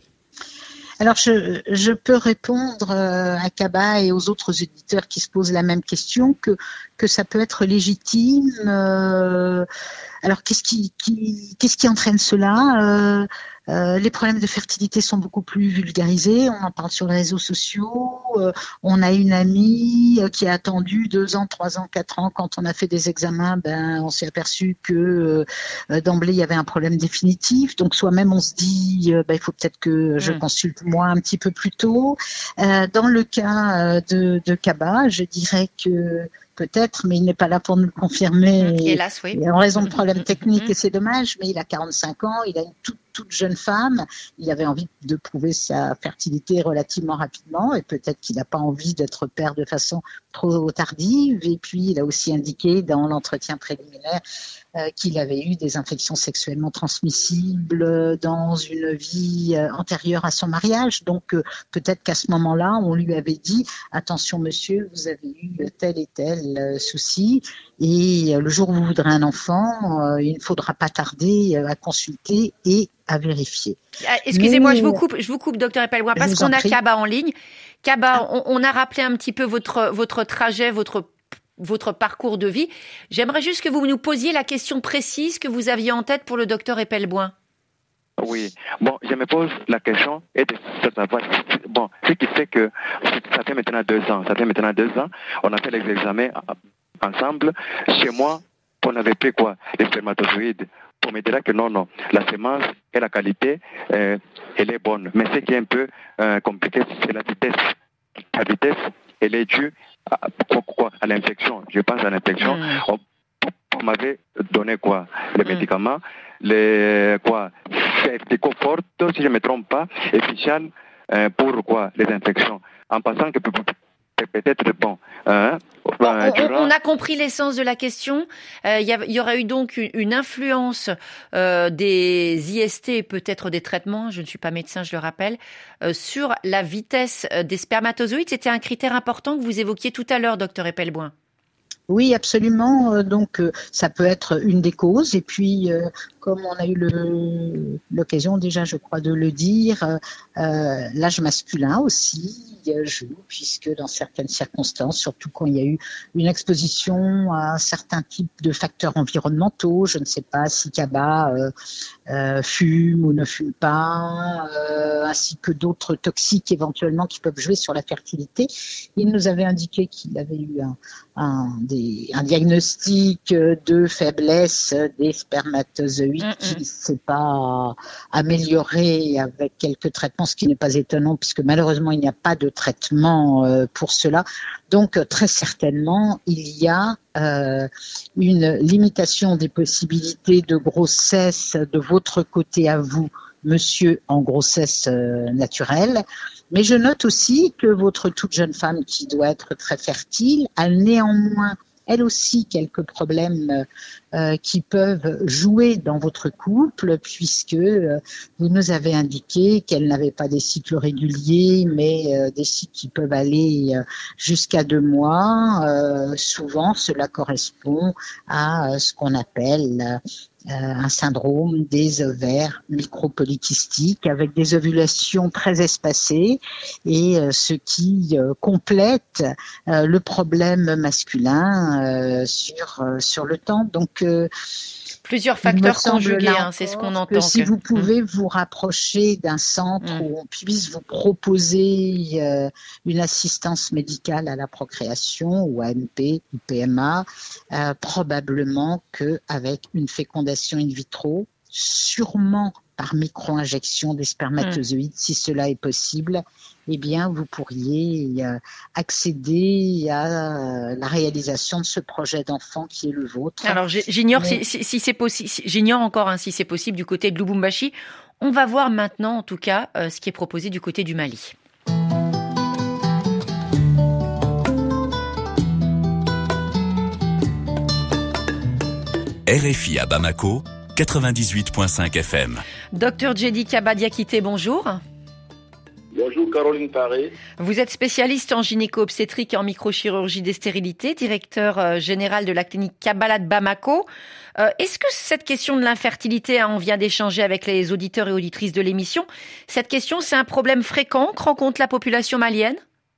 Alors, je, je peux répondre à Kaba et aux autres auditeurs qui se posent la même question que, que ça peut être légitime. Euh, alors, qu'est-ce qui, qui, qu'est-ce qui entraîne cela? euh, Euh, les problèmes de fertilité sont beaucoup plus vulgarisés. On en parle sur les réseaux sociaux. Euh, on a une amie euh, qui a attendu deux ans, trois ans, quatre ans. Quand on a fait des examens, ben, on s'est aperçu que euh, d'emblée, il y avait un problème définitif. Donc, soi-même, on se dit, euh, ben, il faut peut-être que je mmh. consulte moi un petit peu plus tôt. Euh, dans le cas de, de Kaba, je dirais que peut-être, mais il n'est pas là pour nous le confirmer. Mmh, hélas, oui. En raison de problèmes techniques, mmh. et c'est dommage, mais il a quarante-cinq ans, il a une toute, toute jeune femme, il avait envie de prouver sa fertilité relativement rapidement, et peut-être qu'il n'a pas envie d'être père de façon trop tardive, et puis il a aussi indiqué dans l'entretien préliminaire euh, qu'il avait eu des infections sexuellement transmissibles dans une vie euh, antérieure à son mariage, donc euh, peut-être qu'à ce moment-là, on lui avait dit « Attention monsieur, vous avez eu tel et tel euh, souci, et euh, le jour où vous voudrez un enfant, euh, il ne faudra pas tarder euh, à consulter et à vérifier. » Excusez-moi, Mais, je vous coupe, je vous coupe, docteur Epelboin, parce qu'on a Kaba en ligne. Kaba, on, on a rappelé un petit peu votre votre trajet, votre votre parcours de vie. J'aimerais juste que vous nous posiez la question précise que vous aviez en tête pour le docteur Epelboin. Oui. Bon, je me pose la question et de savoir. Bon, ce qui fait que ça fait maintenant deux ans. Ça fait maintenant deux ans. On a fait les examens ensemble. Chez moi, on avait pris quoi? Les spermatozoïdes. Pour me dire que non, non, la semence et la qualité, euh, elle est bonne. Mais ce qui est un peu euh, compliqué, c'est la vitesse. La vitesse, elle est due à, quoi, à l'infection. Je pense à l'infection. Mm. On, on m'avait donné quoi? Les mm. médicaments, les quoi? Certicofort, si je ne me trompe pas, et Fichal euh, pour quoi? Les infections. En passant que peut-être bon. Hein, Bon, euh, on, durant... on a compris l'essence de la question. Il euh, y, y aurait eu donc une, une influence euh, des I S T et peut-être des traitements, je ne suis pas médecin, je le rappelle, euh, sur la vitesse des spermatozoïdes. C'était un critère important que vous évoquiez tout à l'heure, docteur Epelboin. Oui, absolument. Donc, ça peut être une des causes. Et puis, euh, comme on a eu le, l'occasion déjà, je crois, de le dire, euh, l'âge masculin aussi joue, puisque dans certaines circonstances, surtout quand il y a eu une exposition à un certain type de facteurs environnementaux, je ne sais pas si Kaba euh, euh, fume ou ne fume pas, euh, ainsi que d'autres toxiques éventuellement qui peuvent jouer sur la fertilité. Il nous avait indiqué qu'il avait eu un, un, des, un diagnostic de faiblesse des spermatozoïdes mm-hmm. qui ne s'est pas amélioré avec quelques traitements, ce qui n'est pas étonnant puisque malheureusement il n'y a pas de traitement euh, pour cela. Donc très certainement il y a euh, une limitation des possibilités de grossesse de votre côté à vous, monsieur, en grossesse euh, naturelle. Mais je note aussi que votre toute jeune femme qui doit être très fertile a néanmoins elle aussi quelques problèmes euh, qui peuvent jouer dans votre couple, puisque euh, vous nous avez indiqué qu'elle n'avait pas des cycles réguliers, mais euh, des cycles qui peuvent aller euh, jusqu'à deux mois. Euh, souvent, cela correspond à euh, ce qu'on appelle Euh, un syndrome des ovaires micropolykystiques avec des ovulations très espacées et euh, ce qui euh, complète euh, le problème masculin euh, sur euh, sur le temps. Donc euh, plusieurs facteurs conjugués, hein, c'est ce qu'on entend. Que si que... vous pouvez mmh. vous rapprocher d'un centre mmh. où on puisse vous proposer euh, une assistance médicale à la procréation ou A M P ou P M A, euh, probablement qu'avec une fécondation in vitro, sûrement par micro-injection des spermatozoïdes, mmh. si cela est possible, eh bien, vous pourriez euh, accéder à euh, la réalisation de ce projet d'enfant qui est le vôtre. Alors, j'ignore Mais... si, si, si c'est possible, si, j'ignore encore hein, si c'est possible du côté de Lubumbashi. On va voir maintenant, en tout cas, euh, ce qui est proposé du côté du Mali. R F I à Bamako, quatre-vingt-dix-huit virgule cinq F M. Docteur Djedi Kaba Diakité, bonjour. Bonjour Caroline Paré. Vous êtes spécialiste en gynéco-obstétrique et en microchirurgie des stérilités, directeur euh, général de la clinique Kabbalah de Bamako. Euh, est-ce que cette question de l'infertilité, hein, on vient d'échanger avec les auditeurs et auditrices de l'émission, cette question c'est un problème fréquent que rencontre la population malienne ?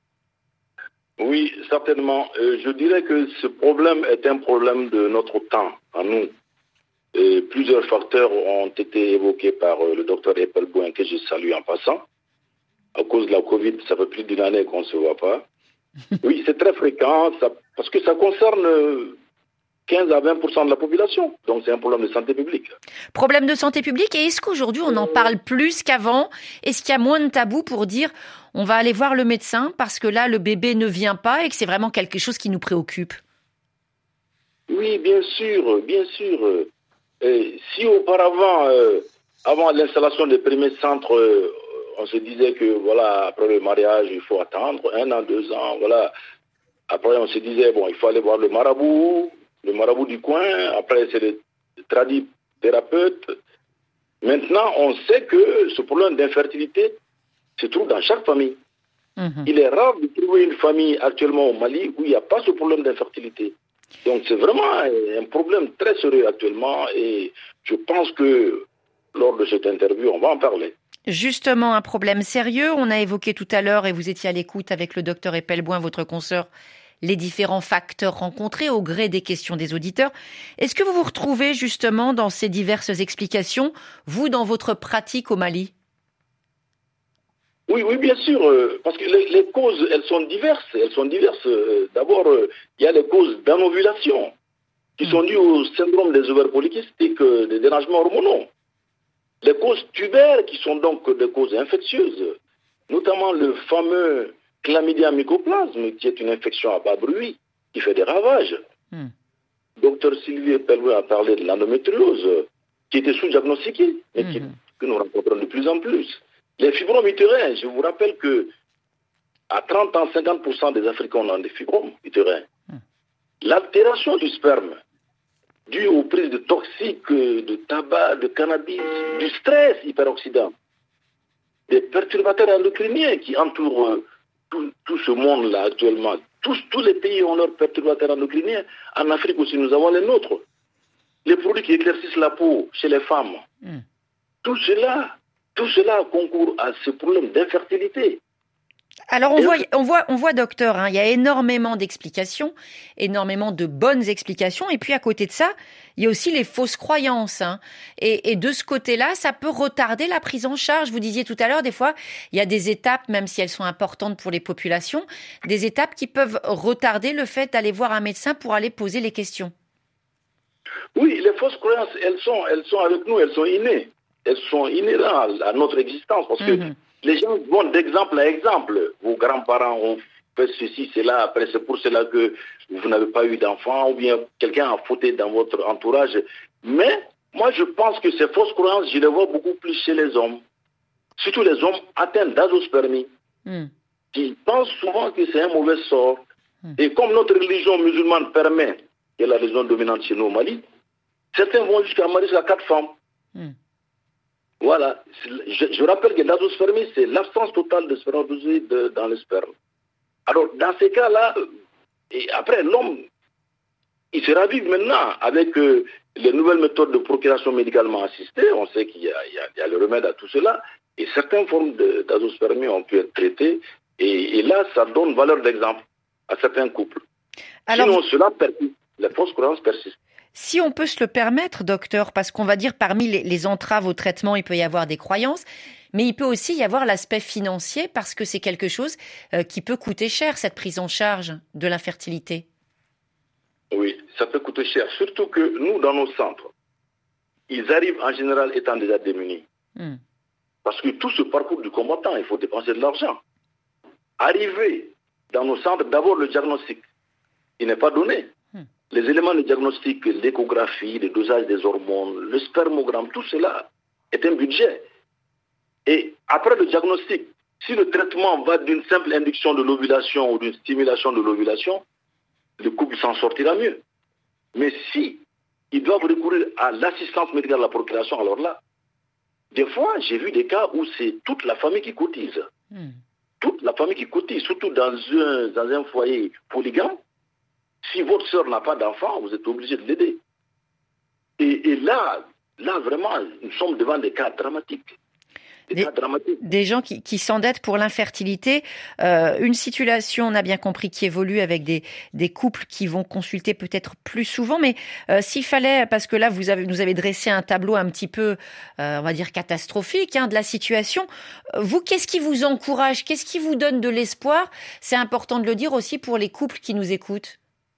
Oui, certainement. Euh, je dirais que ce problème est un problème de notre temps, à nous. Et plusieurs facteurs ont été évoqués par euh, le docteur Epelboin, que je salue en passant. À cause de la Covid, ça fait plus d'une année qu'on ne se voit pas. Oui, c'est très fréquent, ça, parce que ça concerne quinze à vingt pour cent de la population. Donc c'est un problème de santé publique. Problème de santé publique. Et est-ce qu'aujourd'hui on en parle plus qu'avant ? Est-ce qu'il y a moins de tabous pour dire on va aller voir le médecin parce que là le bébé ne vient pas et que c'est vraiment quelque chose qui nous préoccupe ? Oui, bien sûr, bien sûr. Et si auparavant, euh, avant l'installation des premiers centres, euh, on se disait que voilà, après le mariage, il faut attendre un an, deux ans, voilà. Après, on se disait, bon, il faut aller voir le marabout, le marabout du coin. Après, c'est le tradit thérapeute. Maintenant, on sait que ce problème d'infertilité se trouve dans chaque famille. Mmh. Il est rare de trouver une famille actuellement au Mali où il n'y a pas ce problème d'infertilité. Donc, c'est vraiment un problème très sérieux actuellement et je pense que lors de cette interview, on va en parler. Justement, un problème sérieux. On a évoqué tout à l'heure, et vous étiez à l'écoute avec le docteur Epelboin, votre consoeur, les différents facteurs rencontrés au gré des questions des auditeurs. Est-ce que vous vous retrouvez justement dans ces diverses explications, vous, dans votre pratique au Mali ? Oui, oui, bien sûr, euh, parce que les, les causes, elles sont diverses. Elles sont diverses. Euh, d'abord, euh, il y a les causes d'anovulation qui mmh. sont dues au syndrome des ovaires polykystiques, euh, des dérangements hormonaux. Les causes tubaires, qui sont donc des causes infectieuses, notamment le fameux chlamydia mycoplasme, qui est une infection à bas bruit, qui fait des ravages. Mm. Docteur Sylvie Epelboin a parlé de l'endométriose, qui était sous-diagnostiquée, mais mm-hmm. qui, que nous rencontrons de plus en plus. Les fibromes utérins, je vous rappelle que à trente ans, cinquante pour cent des Africains ont des fibromes utérins. Hum. L'altération du sperme, due aux prises de toxiques, de tabac, de cannabis, du stress hyperoxydant, des perturbateurs endocriniens qui entourent euh, tout, tout ce monde-là actuellement. Tous, tous les pays ont leurs perturbateurs endocriniens. En Afrique aussi, nous avons les nôtres. Les produits qui éclaircissent la peau chez les femmes. Mm. Tout cela, tout cela concourt à ce problème d'infertilité. Alors on voit, on voit, on voit, docteur, hein, il y a énormément d'explications, énormément de bonnes explications, et puis à côté de ça, il y a aussi les fausses croyances. Hein. Et, et de ce côté-là, ça peut retarder la prise en charge. Vous disiez tout à l'heure, des fois, il y a des étapes, même si elles sont importantes pour les populations, des étapes qui peuvent retarder le fait d'aller voir un médecin pour aller poser les questions. Oui, les fausses croyances, elles sont, elles sont avec nous, elles sont innées. Elles sont inhérentes à notre existence, parce que mmh. les gens vont d'exemple à exemple. Vos grands-parents ont fait ceci, cela, après c'est pour cela que vous n'avez pas eu d'enfant, ou bien quelqu'un a fauté dans votre entourage. Mais moi je pense que ces fausses croyances, je les vois beaucoup plus chez les hommes. Surtout les hommes atteints d'azospermie, mmh. qui pensent souvent que c'est un mauvais sort. Mmh. Et comme notre religion musulmane permet, qui est la religion dominante chez nous au Mali, certains vont jusqu'à marier jusqu'à quatre femmes. Mmh. Voilà. Je, je rappelle que l'azospermie, c'est l'absence totale de spermatozoïdes dans le sperme. Alors, dans ces cas-là, et après, l'homme, il se ravive maintenant avec euh, les nouvelles méthodes de procuration médicalement assistée. On sait qu'il y a, il y a, il y a le remède à tout cela. Et certaines formes d'azospermie ont pu être traitées. Et, et là, ça donne valeur d'exemple à certains couples. Alors, sinon, cela persiste. Les fausses croyances persistent. Si on peut se le permettre, docteur, parce qu'on va dire parmi les, les entraves au traitement, il peut y avoir des croyances, mais il peut aussi y avoir l'aspect financier parce que c'est quelque chose euh, qui peut coûter cher, cette prise en charge de l'infertilité. Oui, ça peut coûter cher, surtout que nous, dans nos centres, ils arrivent en général étant déjà démunis. Mm. Parce que tout ce parcours du combattant, il faut dépenser de l'argent. Arriver dans nos centres, d'abord le diagnostic, il n'est pas donné. Les éléments de diagnostic, l'échographie, le dosage des hormones, le spermogramme, tout cela est un budget. Et après le diagnostic, si le traitement va d'une simple induction de l'ovulation ou d'une stimulation de l'ovulation, le couple s'en sortira mieux. Mais si ils doivent recourir à l'assistance médicale à la procréation, alors là, des fois, j'ai vu des cas où c'est toute la famille qui cotise. Mmh. Toute la famille qui cotise, surtout dans un, dans un foyer polygame. Si votre sœur n'a pas d'enfant, vous êtes obligé de l'aider. Et, et là, là, vraiment, nous sommes devant des cas dramatiques. Des, des, cas dramatiques. Des gens qui, qui s'endettent pour l'infertilité. Euh, une situation, on a bien compris, qui évolue avec des, des couples qui vont consulter peut-être plus souvent. Mais euh, s'il fallait, parce que là, vous avez, nous avez dressé un tableau un petit peu, euh, on va dire, catastrophique hein, de la situation. Vous, qu'est-ce qui vous encourage? Qu'est-ce qui vous donne de l'espoir? C'est important de le dire aussi pour les couples qui nous écoutent.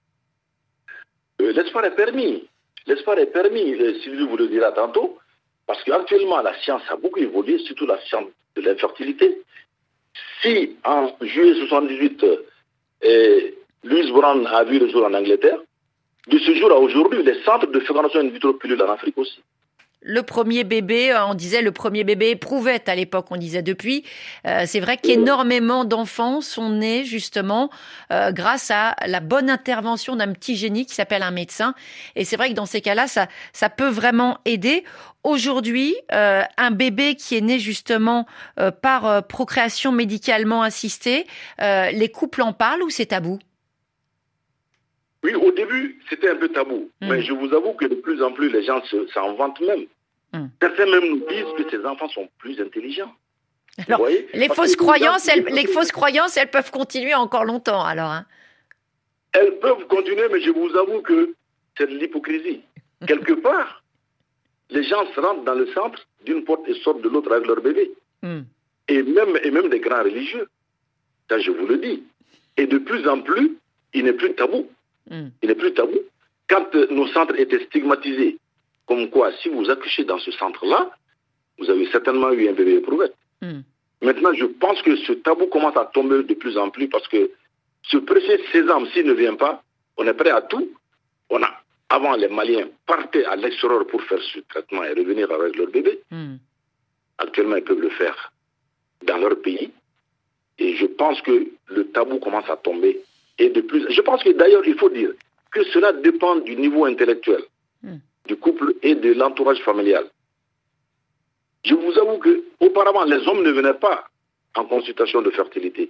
Euh, l'espoir est permis. L'espoir est permis, euh, Sylvie vous le dira tantôt, parce qu'actuellement, la science a beaucoup évolué, surtout la science de l'infertilité. Si en juillet soixante-dix-huit, euh, Louise Brown a vu le jour en Angleterre, de ce jour à aujourd'hui, les centres de fécondation in vitro pullulent en Afrique aussi. Le premier bébé, on disait le premier bébé éprouvette à l'époque, on disait depuis. Euh, c'est vrai qu'énormément d'enfants sont nés justement euh, grâce à la bonne intervention d'un petit génie qui s'appelle un médecin. Et c'est vrai que dans ces cas-là, ça, ça peut vraiment aider. Aujourd'hui, euh, un bébé qui est né justement euh, par euh, procréation médicalement assistée, euh, les couples en parlent ou c'est tabou? Oui, au début, c'était un peu tabou. Mmh. Mais je vous avoue que de plus en plus, les gens se, s'en vantent même. Mmh. Certains même nous disent que ces enfants sont plus intelligents. Alors, vous voyez les Parce fausses croyances, elles, les fausses croyances, elles peuvent continuer encore longtemps, alors. Hein. Elles peuvent continuer, mais je vous avoue que c'est de l'hypocrisie. Quelque part, les gens se rentrent dans le centre d'une porte et sortent de l'autre avec leur bébé. Mmh. Et, même, et même des grands religieux. Ça, je vous le dis. Et de plus en plus, il n'est plus tabou. Mmh. Il n'est plus tabou. Quand euh, nos centres étaient stigmatisés, comme quoi, si vous accouchez dans ce centre-là, vous avez certainement eu un bébé éprouvette. Mmh. Maintenant, je pense que ce tabou commence à tomber de plus en plus parce que ce précieux sésame, s'il ne vient pas, on est prêt à tout. On a, avant, les Maliens partaient à l'extérieur pour faire ce traitement et revenir avec leur bébé. Mmh. Actuellement, ils peuvent le faire dans leur pays. Et je pense que le tabou commence à tomber. Et de plus, je pense que d'ailleurs, il faut dire que cela dépend du niveau intellectuel mm. du couple et de l'entourage familial. Je vous avoue qu'auparavant, les hommes ne venaient pas en consultation de fertilité.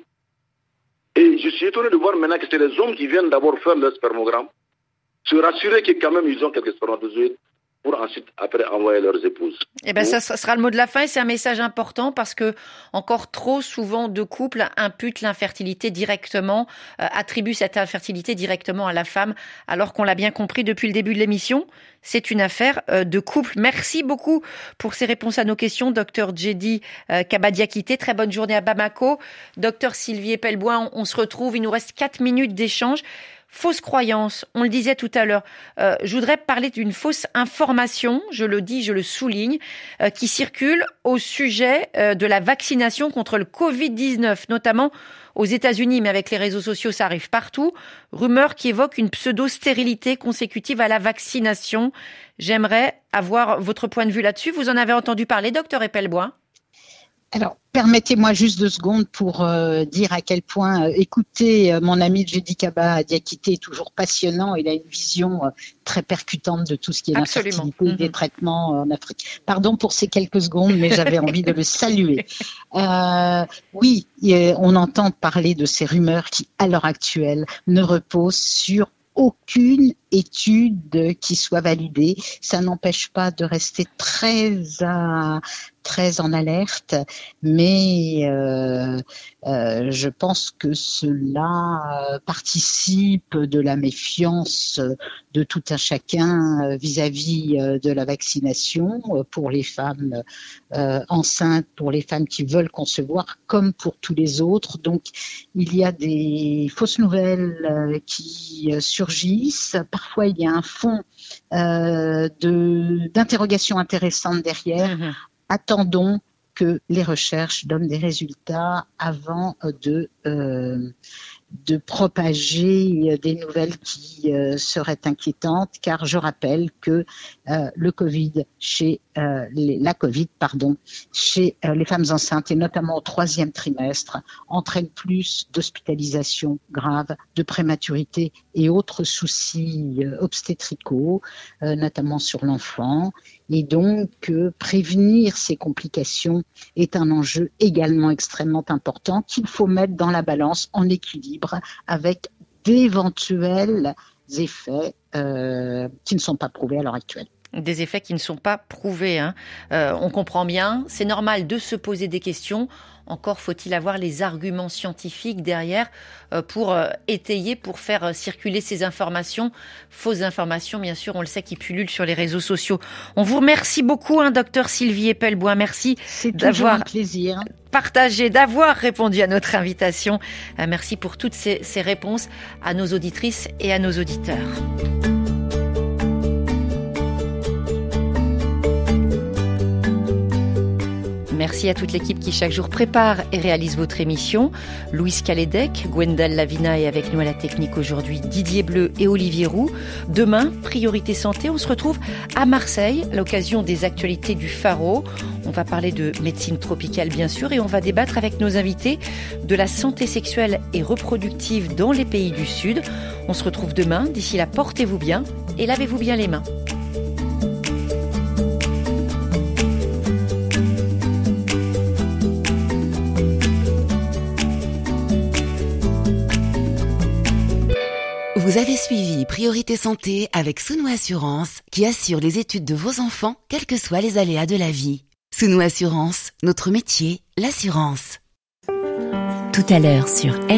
Et je suis étonné de voir maintenant que c'est les hommes qui viennent d'abord faire leur spermogramme, se rassurer que quand même ils ont quelques spermatozoïdes pour ensuite, après, envoyer leurs épouses. Eh bien, ça sera le mot de la fin et c'est un message important parce que encore trop souvent de couples imputent l'infertilité directement, euh, attribuent cette infertilité directement à la femme, alors qu'on l'a bien compris depuis le début de l'émission. C'est une affaire euh, de couple. Merci beaucoup pour ces réponses à nos questions, docteur Djedi euh, Kabadiakité. Très bonne journée à Bamako. Docteur Sylvie Epelboin, on, on se retrouve. Il nous reste quatre minutes d'échange. Fausse croyance, on le disait tout à l'heure. Euh, je voudrais parler d'une fausse information, je le dis, je le souligne, euh, qui circule au sujet euh, de la vaccination contre le covid dix-neuf, notamment aux États-Unis, mais avec les réseaux sociaux, ça arrive partout. Rumeur qui évoque une pseudo-stérilité consécutive à la vaccination. J'aimerais avoir votre point de vue là-dessus. Vous en avez entendu parler, docteur Epelboin ? Alors, permettez-moi juste deux secondes pour euh, dire à quel point euh, écouter euh, mon ami Djedi Kabadiakité est toujours passionnant. Il a une vision euh, très percutante de tout ce qui est l'infertilité, mm-hmm. des traitements en Afrique. Pardon pour ces quelques secondes, mais j'avais envie de le saluer. Euh, oui, on entend parler de ces rumeurs qui, à l'heure actuelle, ne reposent sur aucune étude qui soit validée. Ça n'empêche pas de rester très à, très en alerte, mais euh, euh, je pense que cela participe de la méfiance de tout un chacun vis-à-vis de la vaccination pour les femmes euh, enceintes, pour les femmes qui veulent concevoir, comme pour tous les autres. Donc, il y a des fausses nouvelles qui surgissent. Parfois, il y a un fond euh, de, d'interrogation intéressante derrière. Mmh. Attendons que les recherches donnent des résultats avant de, euh, de propager des nouvelles qui euh, seraient inquiétantes, car je rappelle que euh, le Covid chez euh, les, la Covid, pardon, chez euh, les femmes enceintes et notamment au troisième trimestre entraîne plus d'hospitalisation grave, de prématurité et autres soucis euh, obstétricaux, euh, notamment sur l'enfant. Et donc, euh, prévenir ces complications est un enjeu également extrêmement important qu'il faut mettre dans la balance en équilibre avec d'éventuels effets euh, qui ne sont pas prouvés à l'heure actuelle. Des effets qui ne sont pas prouvés. Hein. Euh, on comprend bien, c'est normal de se poser des questions. Encore faut-il avoir les arguments scientifiques derrière euh, pour euh, étayer, pour faire euh, circuler ces informations, fausses informations, bien sûr, on le sait, qui pullulent sur les réseaux sociaux. On vous remercie beaucoup, hein, docteur Sylvie Epelboin. Merci c'est d'avoir un plaisir. partagé, d'avoir répondu à notre invitation. Euh, merci pour toutes ces, ces réponses à nos auditrices et à nos auditeurs. Merci à toute l'équipe qui chaque jour prépare et réalise votre émission. Louise Calédec, Gwendal Lavina est avec nous à la technique aujourd'hui, Didier Bleu et Olivier Roux. Demain, Priorité Santé, on se retrouve à Marseille à l'occasion des actualités du Pharo. On va parler de médecine tropicale bien sûr et on va débattre avec nos invités de la santé sexuelle et reproductive dans les pays du Sud. On se retrouve demain. D'ici là, portez-vous bien et lavez-vous bien les mains. Vous avez suivi Priorité Santé avec Souno Assurance qui assure les études de vos enfants, quels que soient les aléas de la vie. Souno Assurance, notre métier, l'assurance. Tout à l'heure sur